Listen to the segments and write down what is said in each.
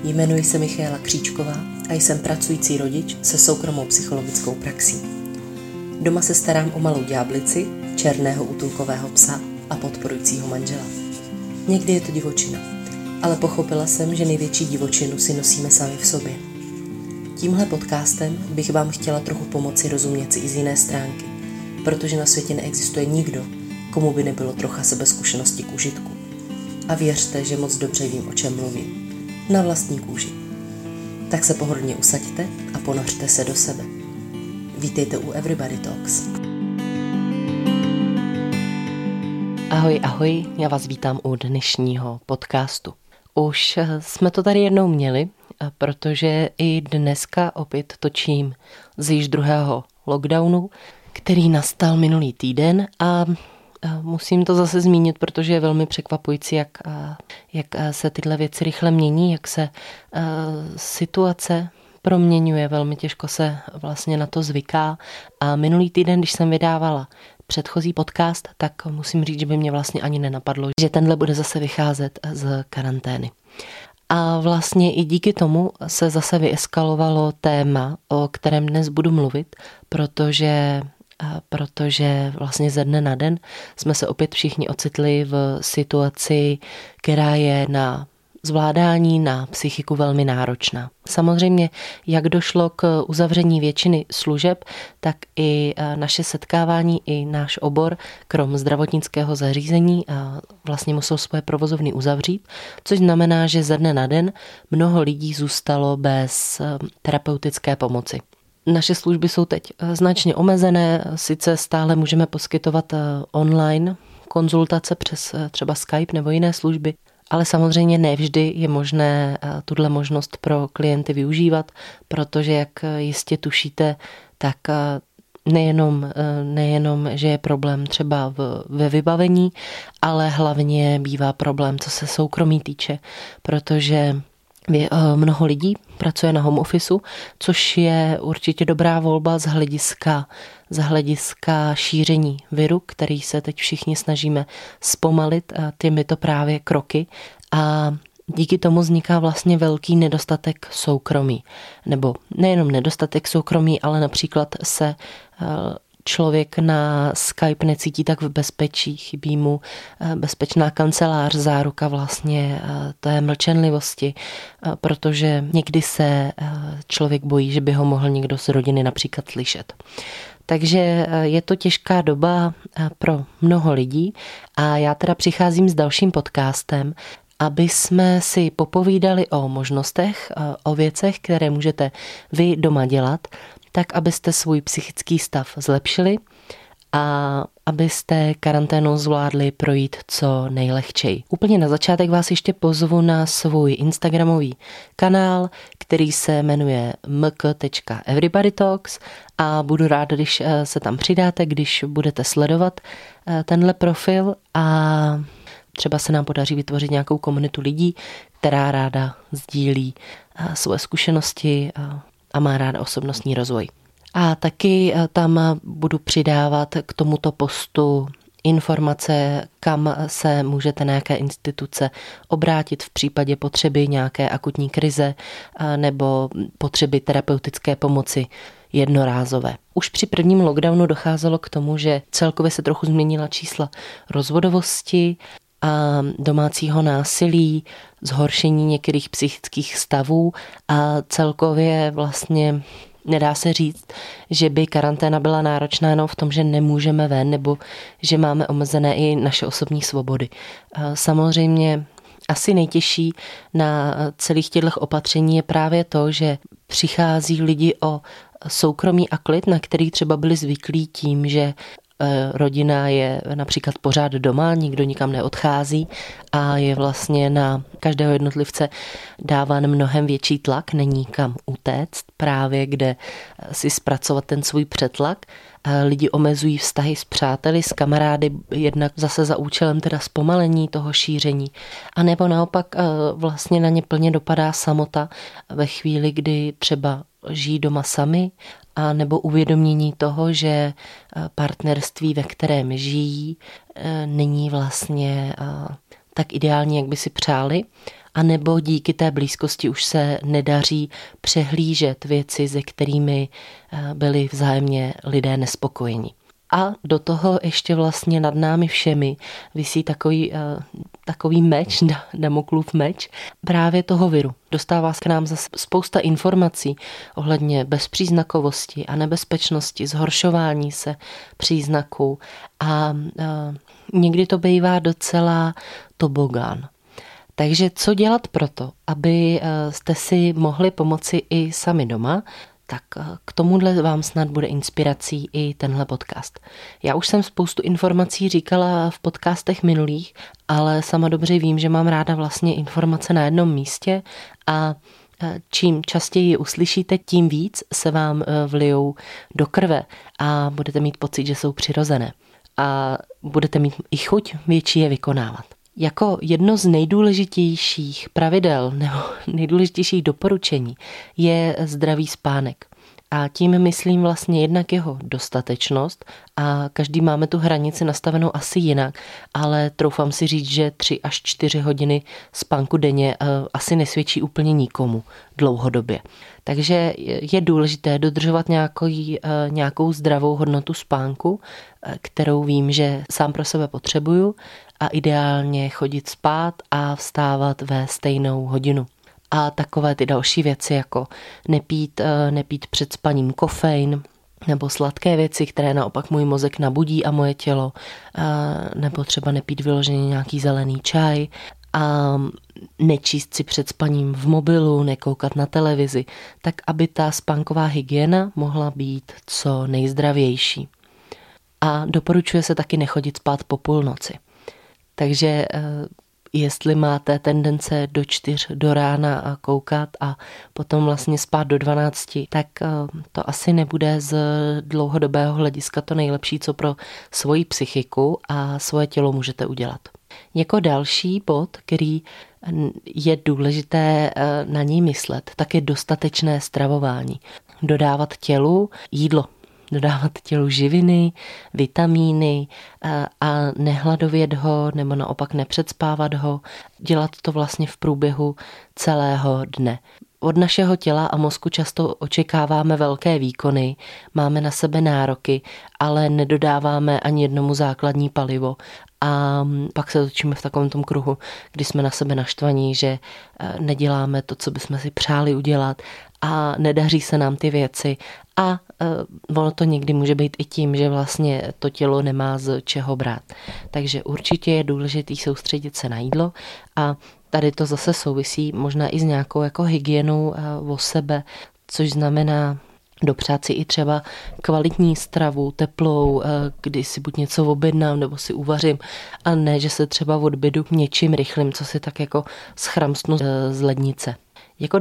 Jmenuji se Michaela Kříčková a jsem pracující rodič se soukromou psychologickou praxí. Doma se starám o malou ďáblici, černého útulkového psa a podporujícího manžela. Někdy je to divočina, ale pochopila jsem, že největší divočinu si nosíme sami v sobě. Tímhle podcastem bych vám chtěla trochu pomoci rozumět si i z jiné stránky, protože na světě neexistuje nikdo, komu by nebylo trocha sebezkušenosti k užitku. A věřte, že moc dobře vím, o čem mluvím. Na vlastní kůži. Tak se pohodlně usaďte a ponořte se do sebe. Vítejte u Everybody Talks. Ahoj, já vás vítám u dnešního podcastu. Už jsme to tady jednou měli, protože i dneska opět točím z již druhého lockdownu, který nastal minulý týden a musím to zase zmínit, protože je velmi překvapující, jak se tyhle věci rychle mění, jak se situace proměňuje, velmi těžko se vlastně na to zvyká. A minulý týden, když jsem vydávala předchozí podcast, tak musím říct, že by mě vlastně ani nenapadlo, že tenhle bude zase vycházet z karantény. A vlastně i díky tomu se zase vyeskalovalo téma, o kterém dnes budu mluvit, protože vlastně ze dne na den jsme se opět všichni ocitli v situaci, která je na zvládání, na psychiku velmi náročná. Samozřejmě, jak došlo k uzavření většiny služeb, tak i naše setkávání, i náš obor, krom zdravotnického zařízení, vlastně musel svoje provozovny uzavřít, což znamená, že ze dne na den mnoho lidí zůstalo bez terapeutické pomoci. Naše služby jsou teď značně omezené, sice stále můžeme poskytovat online konzultace přes třeba Skype nebo jiné služby, ale samozřejmě nevždy je možné tuhle možnost pro klienty využívat, protože jak jistě tušíte, tak nejenom, že je problém třeba ve vybavení, ale hlavně bývá problém, co se soukromí týče, protože mnoho lidí pracuje na home officeu, což je určitě dobrá volba z hlediska šíření viru, který se teď všichni snažíme zpomalit těmito právě kroky a díky tomu vzniká vlastně velký nedostatek soukromí. Nebo nejenom nedostatek soukromí, ale například se člověk na Skype necítí tak v bezpečí, chybí mu bezpečná kancelář, záruka vlastně té mlčenlivosti, protože někdy se člověk bojí, že by ho mohl někdo z rodiny například slyšet. Takže je to těžká doba pro mnoho lidí a já teda přicházím s dalším podcastem, aby jsme si popovídali o možnostech, o věcech, které můžete vy doma dělat, tak abyste svůj psychický stav zlepšili a abyste karanténou zvládli projít co nejlehčeji. Úplně na začátek vás ještě pozvu na svůj instagramový kanál, který se jmenuje mk.everybodytalks a budu ráda, když se tam přidáte, když budete sledovat tenhle profil a třeba se nám podaří vytvořit nějakou komunitu lidí, která ráda sdílí svoje zkušenosti a má ráda osobnostní rozvoj. A taky tam budu přidávat k tomuto postu informace, kam se můžete na jaké instituce obrátit v případě potřeby nějaké akutní krize nebo potřeby terapeutické pomoci jednorázové. Už při prvním lockdownu docházelo k tomu, že celkově se trochu změnila čísla rozvodovosti a domácího násilí, zhoršení některých psychických stavů a celkově vlastně nedá se říct, že by karanténa byla náročná jenom v tom, že nemůžeme ven nebo že máme omezené i naše osobní svobody. Samozřejmě asi nejtěžší na celých těchto opatření je právě to, že přichází lidi o soukromí a klid, na který třeba byli zvyklí tím, že rodina je například pořád doma, nikdo nikam neodchází a je vlastně na každého jednotlivce dáván mnohem větší tlak, není kam utéct, právě kde si zpracovat ten svůj přetlak. Lidi omezují vztahy s přáteli, s kamarády, jednak zase za účelem teda zpomalení toho šíření. A nebo naopak vlastně na ně plně dopadá samota ve chvíli, kdy třeba žijí doma sami, a nebo uvědomění toho, že partnerství, ve kterém žijí, není vlastně tak ideální, jak by si přáli, anebo díky té blízkosti už se nedaří přehlížet věci, se kterými byli vzájemně lidé nespokojení. A do toho ještě vlastně nad námi všemi visí takový meč, Damoklův meč, právě toho viru. Dostává se k nám zase spousta informací ohledně bezpříznakovosti a nebezpečnosti, zhoršování se příznaků a někdy to bývá docela tobogán. Takže co dělat proto, aby jste si mohli pomoci i sami doma? Tak k tomuhle vám snad bude inspirací i tenhle podcast. Já už jsem spoustu informací říkala v podcastech minulých, ale sama dobře vím, že mám ráda vlastně informace na jednom místě a čím častěji je uslyšíte, tím víc se vám vlijou do krve a budete mít pocit, že jsou přirozené. A budete mít i chuť větší je vykonávat. Jako jedno z nejdůležitějších pravidel nebo nejdůležitějších doporučení je zdravý spánek. A tím myslím vlastně jednak jeho dostatečnost a každý máme tu hranici nastavenou asi jinak, ale troufám si říct, že 3 až 4 hodiny spánku denně asi nesvědčí úplně nikomu dlouhodobě. Takže je důležité dodržovat nějakou zdravou hodnotu spánku, kterou vím, že sám pro sebe potřebuju a ideálně chodit spát a vstávat ve stejnou hodinu. A takové ty další věci, jako nepít před spaním kofein nebo sladké věci, které naopak můj mozek nabudí a moje tělo, nebo třeba nepít vyloženě nějaký zelený čaj a nečíst si před spaním v mobilu, nekoukat na televizi, tak aby ta spánková hygiena mohla být co nejzdravější. A doporučuje se taky nechodit spát po půlnoci. Takže jestli máte tendence do 4 do rána a koukat a potom vlastně spát do 12, tak to asi nebude z dlouhodobého hlediska to nejlepší, co pro svoji psychiku a svoje tělo můžete udělat. Jako další bod, který je důležité na něj myslet, tak je dostatečné stravování. Dodávat tělu jídlo. Dodávat tělu živiny, vitamíny a nehladovět ho nebo naopak nepředspávat ho. Dělat to vlastně v průběhu celého dne. Od našeho těla a mozku často očekáváme velké výkony, máme na sebe nároky, ale nedodáváme ani jednomu základní palivo. A pak se točíme v takovém tom kruhu, kdy jsme na sebe naštvaní, že neděláme to, co bychom si přáli udělat a nedaří se nám ty věci a ono to někdy může být i tím, že vlastně to tělo nemá z čeho brát. Takže určitě je důležité soustředit se na jídlo a tady to zase souvisí možná i s nějakou jako hygienou o sebe, což znamená dopřát si i třeba kvalitní stravu, teplou, kdy si buď něco objednám nebo si uvařím a ne, že se třeba odbydu něčím rychlým, co si tak jako schramstnu z lednice. Jako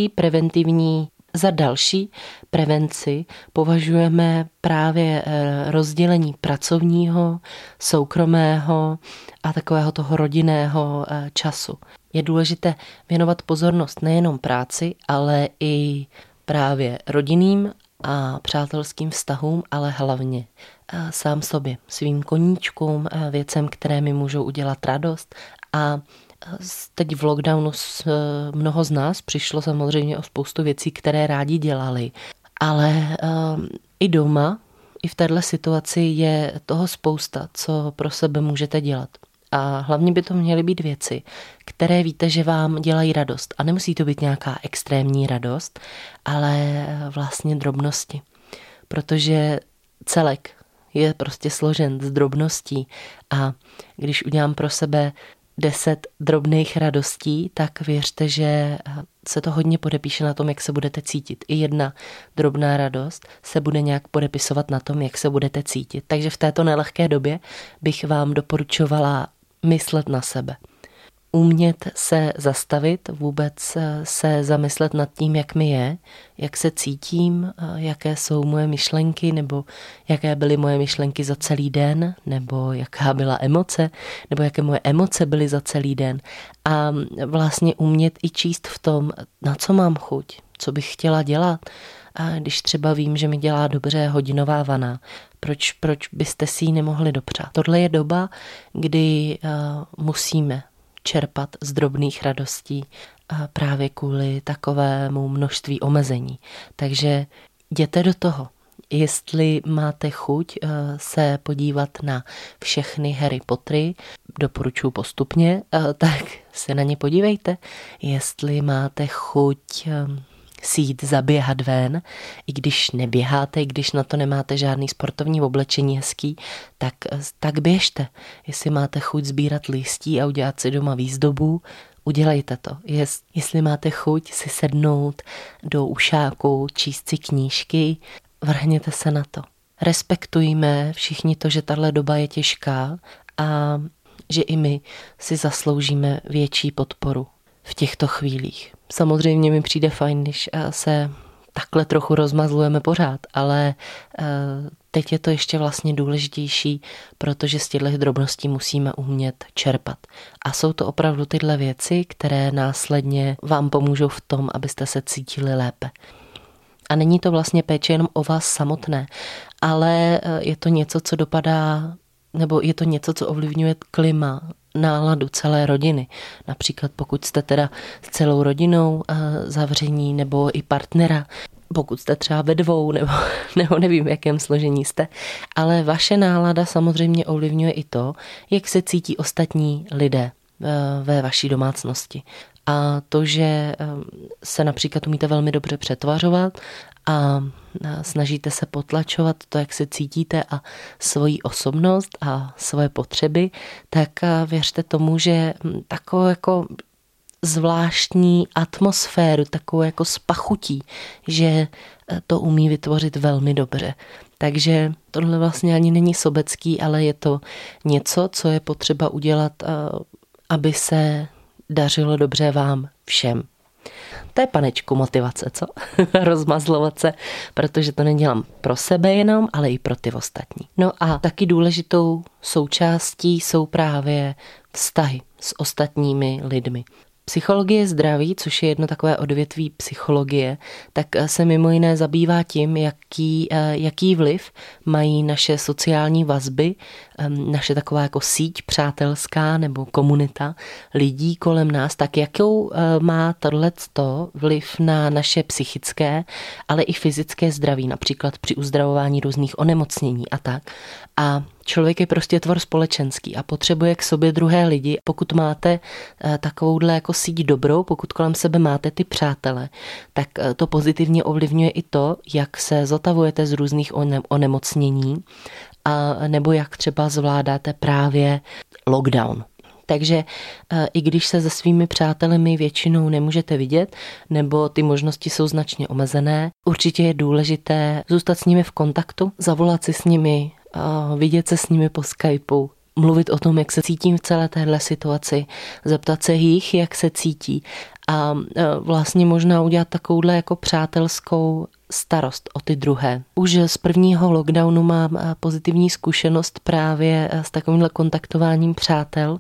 za další prevenci považujeme právě rozdělení pracovního, soukromého a takového toho rodinného času. Je důležité věnovat pozornost nejenom práci, ale i právě rodinným a přátelským vztahům, ale hlavně sám sobě, svým koníčkům, věcem, které mi můžou udělat radost. A teď v lockdownu mnoho z nás přišlo samozřejmě o spoustu věcí, které rádi dělali, ale i doma, i v této situaci je toho spousta, co pro sebe můžete dělat. A hlavně by to měly být věci, které víte, že vám dělají radost. A nemusí to být nějaká extrémní radost, ale vlastně drobnosti. Protože celek je prostě složen z drobností a když udělám pro sebe 10 drobných radostí, tak věřte, že se to hodně podepíše na tom, jak se budete cítit. I jedna drobná radost se bude nějak podepisovat na tom, jak se budete cítit. Takže v této nelehké době bych vám doporučovala myslet na sebe. Umět se zastavit, vůbec se zamyslet nad tím, jak mi je, jak se cítím, jaké jsou moje myšlenky, nebo jaké byly moje myšlenky za celý den, nebo jaká byla emoce, nebo jaké moje emoce byly za celý den. A vlastně umět i číst v tom, na co mám chuť, co bych chtěla dělat. A když třeba vím, že mi dělá dobře hodinová vana, proč byste si ji nemohli dopřát? Tohle je doba, kdy musíme čerpat z drobných radostí právě kvůli takovému množství omezení. Takže jděte do toho. Jestli máte chuť se podívat na všechny Harry Pottery, doporučuji postupně, tak se na ně podívejte. Jestli máte chuť si jít zaběhat ven, i když neběháte, i když na to nemáte žádný sportovní oblečení hezký, tak běžte. Jestli máte chuť sbírat listí a udělat si doma výzdobu, udělejte to. Jestli máte chuť si sednout do ušáku, číst si knížky, vrhněte se na to. Respektujme všichni to, že tahle doba je těžká a že i my si zasloužíme větší podporu v těchto chvílích. Samozřejmě mi přijde fajn, když se takhle trochu rozmazlujeme pořád, ale teď je to ještě vlastně důležitější, protože z těchto drobností musíme umět čerpat. A jsou to opravdu tyhle věci, které následně vám pomůžou v tom, abyste se cítili lépe. A není to vlastně péče jenom o vás samotné, ale je to něco, co dopadá, nebo je to něco, co ovlivňuje klima, náladu celé rodiny. Například pokud jste teda s celou rodinou zavření, nebo i partnera, pokud jste třeba ve dvou, nebo nevím, v jakém složení jste. Ale vaše nálada samozřejmě ovlivňuje i to, jak se cítí ostatní lidé ve vaší domácnosti. A to, že se například umíte velmi dobře přetvařovat a snažíte se potlačovat to, jak se cítíte a svoji osobnost a svoje potřeby, tak věřte tomu, že takovou jako zvláštní atmosféru, takovou jako spachutí, že to umí vytvořit velmi dobře. Takže tohle vlastně ani není sobecký, ale je to něco, co je potřeba udělat, aby se dařilo dobře vám všem. To je, panečku, motivace, co? Rozmazlovat se, protože to nedělám pro sebe jenom, ale i pro ty ostatní. No a taky důležitou součástí jsou právě vztahy s ostatními lidmi. Psychologie zdraví, což je jedno takové odvětví psychologie, tak se mimo jiné zabývá tím, jaký vliv mají naše sociální vazby, naše taková jako síť přátelská nebo komunita lidí kolem nás, tak jakou má tohleto vliv na naše psychické, ale i fyzické zdraví, například při uzdravování různých onemocnění a tak. A člověk je prostě tvor společenský a potřebuje k sobě druhé lidi. Pokud máte takovouhle jako síť dobrou, pokud kolem sebe máte ty přátele, tak to pozitivně ovlivňuje i to, jak se zotavujete z různých onemocnění a nebo jak třeba zvládáte právě lockdown. Takže i když se se svými přáteli většinou nemůžete vidět, nebo ty možnosti jsou značně omezené, určitě je důležité zůstat s nimi v kontaktu, zavolat si s nimi, vidět se s nimi po Skypeu, mluvit o tom, jak se cítím v celé téhle situaci, zeptat se jich, jak se cítí a vlastně možná udělat takovouhle jako přátelskou starost o ty druhé. Už z prvního lockdownu mám pozitivní zkušenost právě s takovýmhle kontaktováním přátel,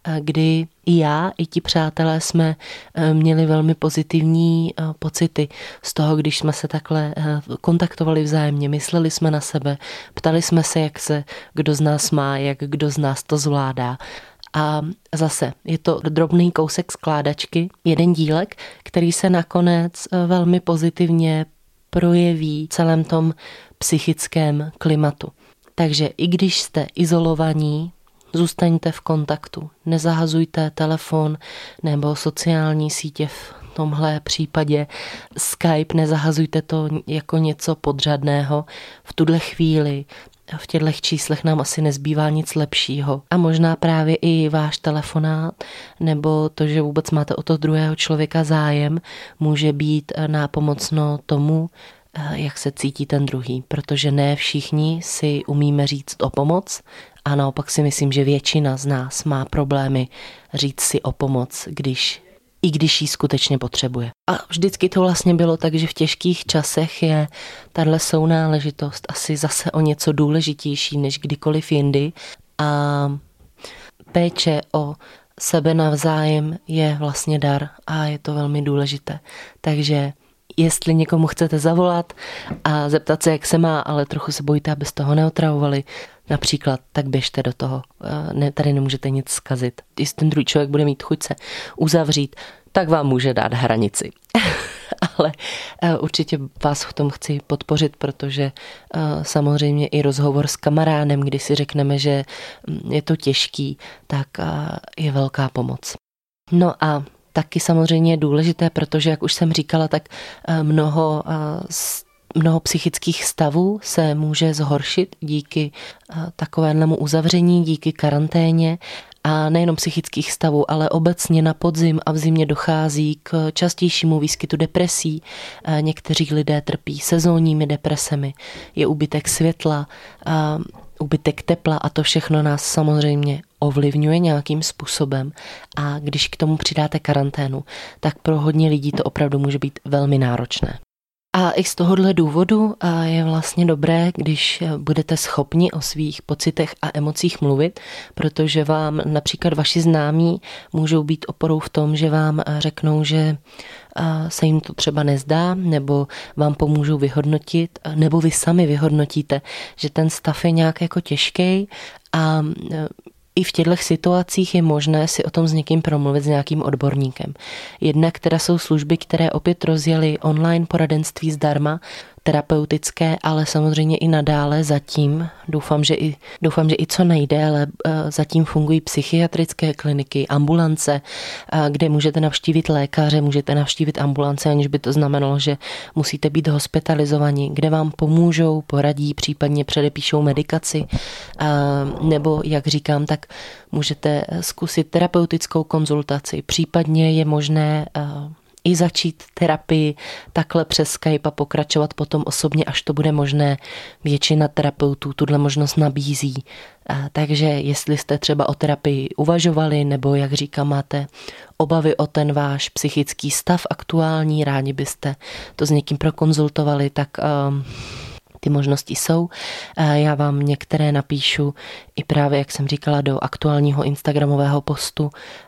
kdy i já, i ti přátelé jsme měli velmi pozitivní pocity z toho, když jsme se takhle kontaktovali vzájemně, mysleli jsme na sebe, ptali jsme se, jak se kdo z nás má, jak kdo z nás to zvládá. A zase je to drobný kousek skládačky, jeden dílek, který se nakonec velmi pozitivně projeví v celém tom psychickém klimatu. Takže i když jste izolovaní, zůstaňte v kontaktu. Nezahazujte telefon nebo sociální sítě v tomhle případě Skype, nezahazujte to jako něco podřadného. V tuhle chvíli v těchto číslech nám asi nezbývá nic lepšího. A možná právě i váš telefonát nebo to, že vůbec máte o to druhého člověka zájem, může být nápomocno tomu, jak se cítí ten druhý. Protože ne všichni si umíme říct o pomoc a naopak si myslím, že většina z nás má problémy říct si o pomoc, i když ji skutečně potřebuje. A vždycky to vlastně bylo tak, že v těžkých časech je tahle sounáležitost asi zase o něco důležitější než kdykoliv jindy a péče o sebe navzájem je vlastně dar a je to velmi důležité. Takže Jestli někomu chcete zavolat a zeptat se, jak se má, ale trochu se bojíte, abyste ho neotravovali, například, tak běžte do toho. Tady nemůžete nic zkazit. Jestli ten druhý člověk bude mít chuť se uzavřít, tak vám může dát hranici. Ale určitě vás v tom chci podpořit, protože samozřejmě i rozhovor s kamarádem, kdy si řekneme, že je to těžký, tak je velká pomoc. No a taky samozřejmě je důležité, protože, jak už jsem říkala, tak mnoho psychických stavů se může zhoršit díky takovému uzavření, díky karanténě. A nejenom psychických stavů, ale obecně na podzim a v zimě dochází k častějšímu výskytu depresí. Někteří lidé trpí sezónními depresemi, je úbytek světla, úbytek tepla a to všechno nás samozřejmě ovlivňuje nějakým způsobem. A když k tomu přidáte karanténu, tak pro hodně lidí to opravdu může být velmi náročné. A i z tohohle důvodu je vlastně dobré, když budete schopni o svých pocitech a emocích mluvit, protože vám například vaši známí můžou být oporou v tom, že vám řeknou, že se jim to třeba nezdá, nebo vám pomůžou vyhodnotit, nebo vy sami vyhodnotíte, že ten stav je nějak jako těžký a i v těchto situacích je možné si o tom s někým promluvit, s nějakým odborníkem. Jednak teda jsou služby, které opět rozjeli online poradenství zdarma, terapeutické, ale samozřejmě i nadále zatím, doufám, že i co nejde, ale zatím fungují psychiatrické kliniky, ambulance, kde můžete navštívit lékaře, můžete navštívit ambulance, aniž by to znamenalo, že musíte být hospitalizovaní, kde vám pomůžou, poradí, případně předepíšou medikaci, nebo jak říkám, tak můžete zkusit terapeutickou konzultaci, případně je možné i začít terapii takhle přes Skype a pokračovat potom osobně, až to bude možné. Většina terapeutů tuhle možnost nabízí. Takže jestli jste třeba o terapii uvažovali, nebo jak říkám, máte obavy o ten váš psychický stav aktuální, rádi byste to s někým prokonzultovali, tak ty možnosti jsou. Já vám některé napíšu i právě, jak jsem říkala, do aktuálního instagramového postu,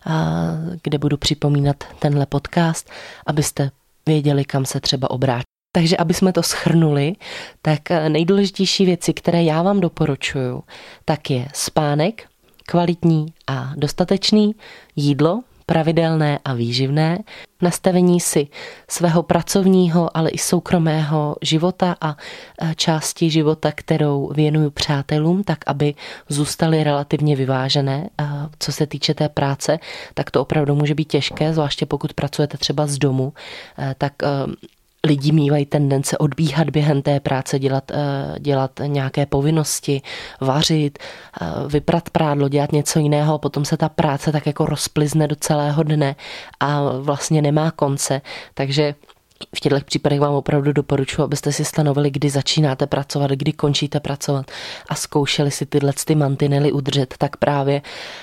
kde budu připomínat tenhle podcast, abyste věděli, kam se třeba obrátit. Takže aby jsme to shrnuli, tak nejdůležitější věci, které já vám doporučuju, tak je spánek, kvalitní a dostatečný, jídlo, pravidelné a výživné, nastavení si svého pracovního, ale i soukromého života a části života, kterou věnuju přátelům, tak aby zůstaly relativně vyvážené. Co se týče té práce, tak to opravdu může být těžké, zvláště pokud pracujete třeba z domu, tak lidi mívají tendence odbíhat během té práce, dělat nějaké povinnosti, vařit, vyprat prádlo, dělat něco jiného a potom se ta práce tak jako rozplizne do celého dne a vlastně nemá konce. Takže v těchto případech vám opravdu doporučuji, abyste si stanovili, kdy začínáte pracovat, kdy končíte pracovat a zkoušeli si tyhle mantinely udržet tak právě,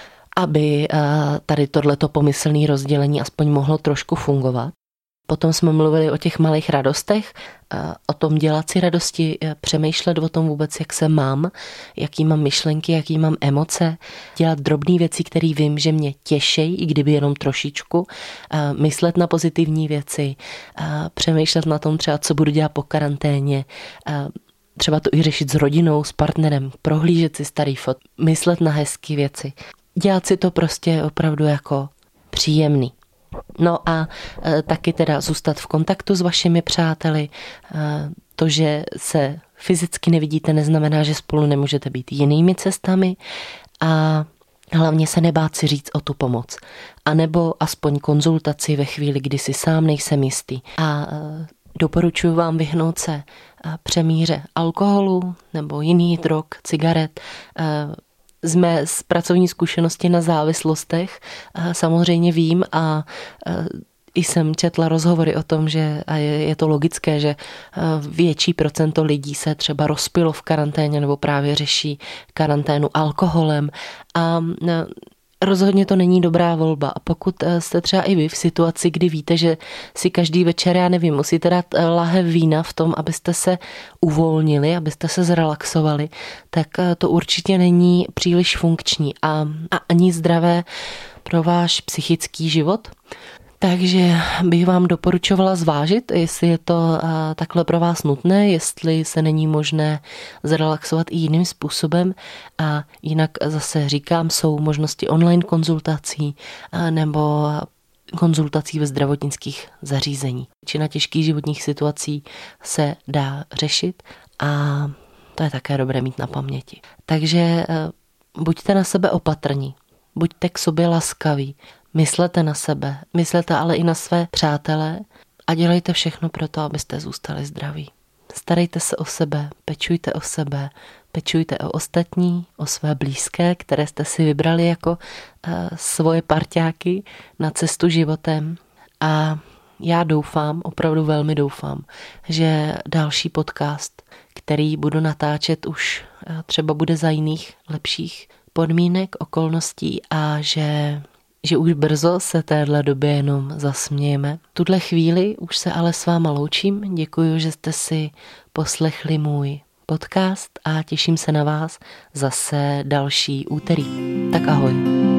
aby tady tohleto pomyslné rozdělení aspoň mohlo trošku fungovat. Potom jsme mluvili o těch malých radostech, o tom dělat si radosti, přemýšlet o tom vůbec, jak se mám, jaký mám myšlenky, jaký mám emoce, dělat drobné věci, které vím, že mě těší, i kdyby jenom trošičku, myslet na pozitivní věci, přemýšlet na tom třeba, co budu dělat po karanténě, třeba to i řešit s rodinou, s partnerem, prohlížet si starý fot, myslet na hezké věci. Dělat si to prostě opravdu jako příjemný. No a taky teda zůstat v kontaktu s vašimi přáteli. To, že se fyzicky nevidíte, neznamená, že spolu nemůžete být jinými cestami a hlavně se nebát si říct o tu pomoc. A nebo aspoň konzultaci ve chvíli, kdy si sám nejsem jistý. A doporučuji vám vyhnout se přemíře alkoholu nebo jiných drog, cigaret, z mé pracovní zkušenosti na závislostech samozřejmě vím a i jsem četla rozhovory o tom, že a je to logické, že větší procento lidí se třeba rozpilo v karanténě nebo právě řeší karanténu alkoholem a rozhodně to není dobrá volba. A pokud jste třeba i vy v situaci, kdy víte, že si každý večer, já nevím, musíte dát lahev vína v tom, abyste se uvolnili, abyste se zrelaxovali, tak to určitě není příliš funkční a ani zdravé pro váš psychický život. Takže bych vám doporučovala zvážit, jestli je to takhle pro vás nutné, jestli se není možné zrelaxovat i jiným způsobem. A jinak zase říkám, jsou možnosti online konzultací nebo konzultací ve zdravotnických zařízení. Většina těžkých životních situací se dá řešit a to je také dobré mít na paměti. Takže buďte na sebe opatrní, buďte k sobě laskaví, myslete na sebe, myslete ale i na své přátele a dělejte všechno pro to, abyste zůstali zdraví. Starejte se o sebe, pečujte o sebe, pečujte o ostatní, o své blízké, které jste si vybrali jako svoje parťáky na cestu životem. A já doufám, opravdu velmi doufám, že další podcast, který budu natáčet, už třeba bude za jiných lepších podmínek, okolností a že už brzo se téhle době jenom zasmějeme. V tuhle chvíli už se ale s váma loučím. Děkuji, že jste si poslechli můj podcast a těším se na vás zase další úterý. Tak ahoj.